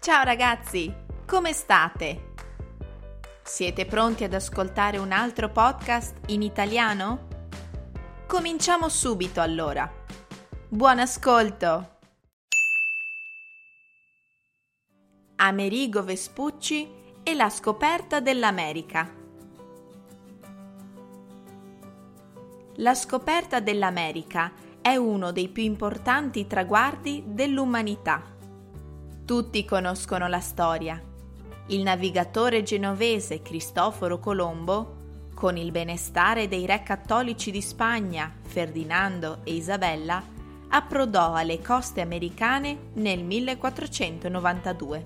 Ciao ragazzi, come state? Siete pronti ad ascoltare un altro podcast in italiano? Cominciamo subito allora. Buon ascolto! Amerigo Vespucci e la scoperta dell'America. La scoperta dell'America è uno dei più importanti traguardi dell'umanità. Tutti conoscono la storia. Il navigatore genovese Cristoforo Colombo, con il benestare dei re cattolici di Spagna, Ferdinando e Isabella, approdò alle coste americane nel 1492.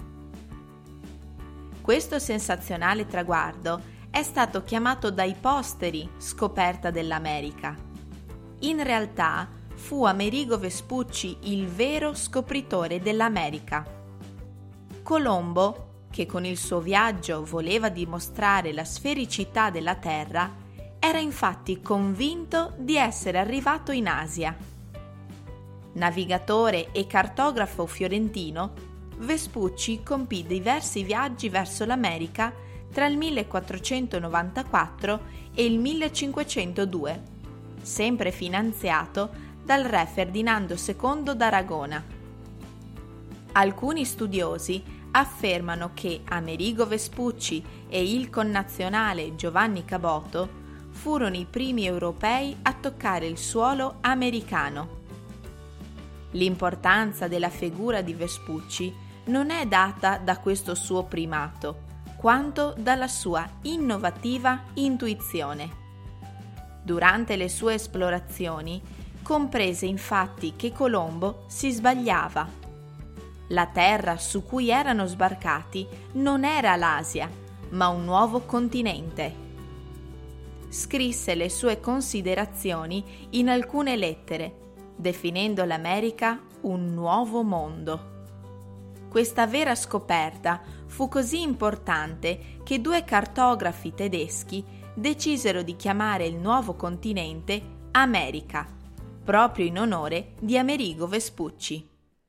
Questo sensazionale traguardo è stato chiamato dai posteri scoperta dell'America. In realtà, fu Amerigo Vespucci il vero scopritore dell'America. Colombo, che con il suo viaggio voleva dimostrare la sfericità della Terra, era infatti convinto di essere arrivato in Asia. Navigatore e cartografo fiorentino, Vespucci compì diversi viaggi verso l'America tra il 1494 e il 1502, sempre finanziato dal re Ferdinando II d'Aragona. Alcuni studiosi affermano che Amerigo Vespucci e il connazionale Giovanni Caboto furono i primi europei a toccare il suolo americano. L'importanza della figura di Vespucci non è data da questo suo primato, quanto dalla sua innovativa intuizione. Durante le sue esplorazioni comprese infatti che Colombo si sbagliava. La terra su cui erano sbarcati non era l'Asia, ma un nuovo continente. Scrisse le sue considerazioni in alcune lettere, definendo l'America un nuovo mondo. Questa vera scoperta fu così importante che due cartografi tedeschi decisero di chiamare il nuovo continente America, proprio in onore di Amerigo Vespucci.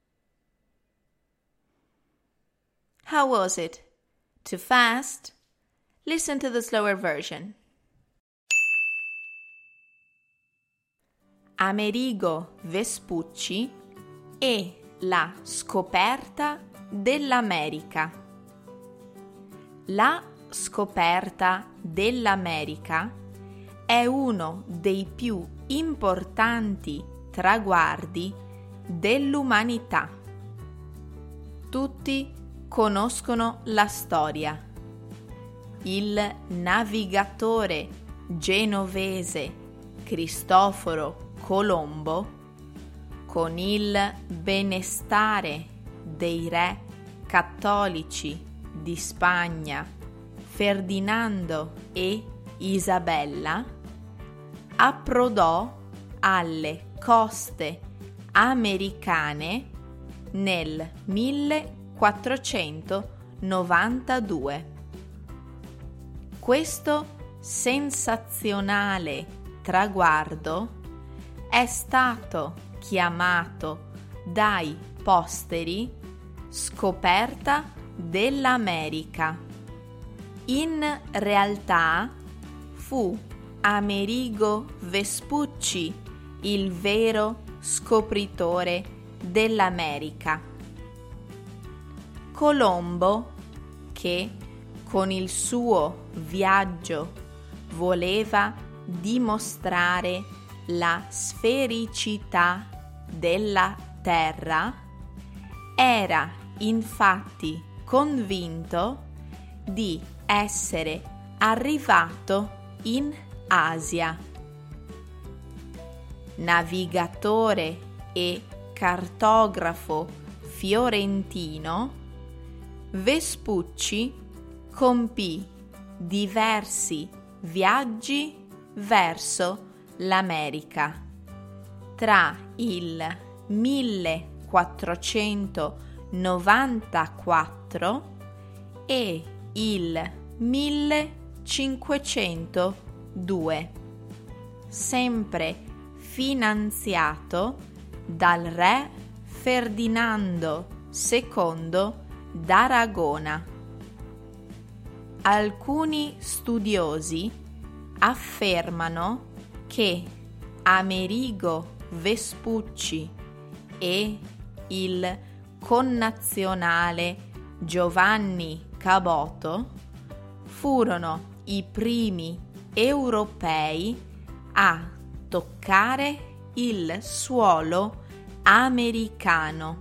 How was it? Too fast? Listen to the slower version. Amerigo Vespucci e la scoperta dell'America. La scoperta dell'America è uno dei più importanti traguardi dell'umanità. Tutti conoscono la storia. Il navigatore genovese Cristoforo Colombo, con il benestare dei re cattolici di Spagna, Ferdinando e Isabella, approdò alle coste americane nel 1492. Questo sensazionale traguardo è stato chiamato dai posteri scoperta dell'America. In realtà fu Amerigo Vespucci il vero scopritore dell'America. Colombo, che con il suo viaggio voleva dimostrare la sfericità della Terra, era infatti convinto di essere arrivato in Asia. Navigatore e cartografo fiorentino, Vespucci compì diversi viaggi verso l'America tra il 1494 e il 1502, sempre finanziato dal re Ferdinando II d'Aragona. Alcuni studiosi affermano che Amerigo Vespucci e il connazionale Giovanni Caboto furono i primi europei a toccare il suolo americano.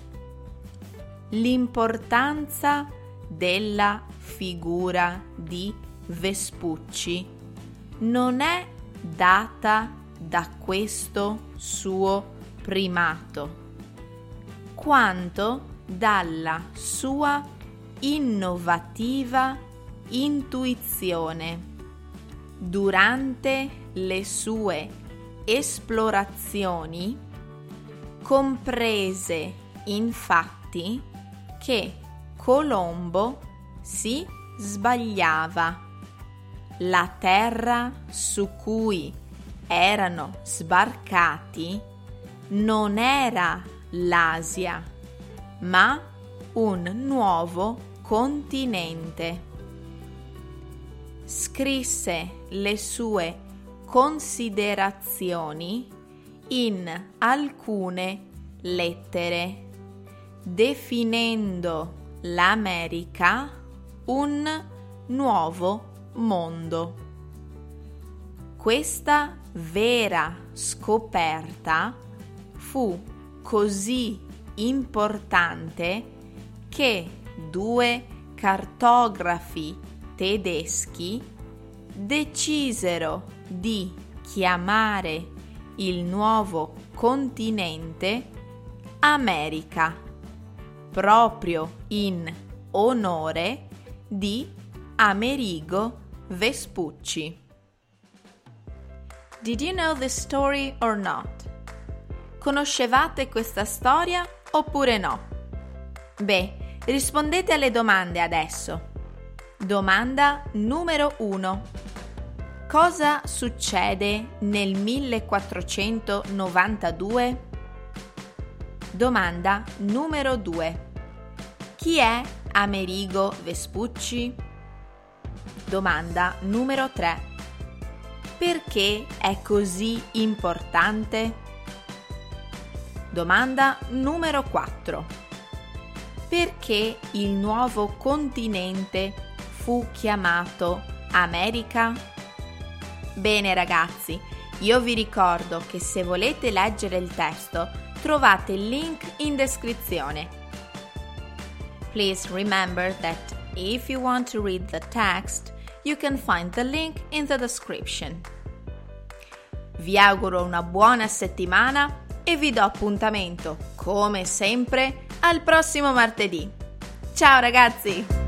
L'importanza della figura di Vespucci non è data da questo suo primato, quanto dalla sua innovativa intuizione durante le sue esplorazioni. Comprese infatti che Colombo si sbagliava. La terra su cui erano sbarcati non era l'Asia, ma un nuovo continente. Scrisse le sue considerazioni in alcune lettere, definendo l'America un nuovo mondo. Questa vera scoperta fu così importante che 2 cartografi tedeschi decisero di chiamare il nuovo continente America, proprio in onore di Amerigo Vespucci. Did you know this story or not? Conoscevate questa storia oppure no? Beh, rispondete alle domande adesso. Domanda numero 1. Cosa succede nel 1492? Domanda numero 2. Chi è Amerigo Vespucci? Domanda numero 3. Perché è così importante? Domanda numero 4. Perché il nuovo continente fu chiamato America? Bene ragazzi, io vi ricordo che se volete leggere il testo trovate il link in descrizione. Please remember that if you want to read the text, you can find the link in the description. Vi auguro una buona settimana e vi do appuntamento, come sempre, al prossimo martedì. Ciao ragazzi!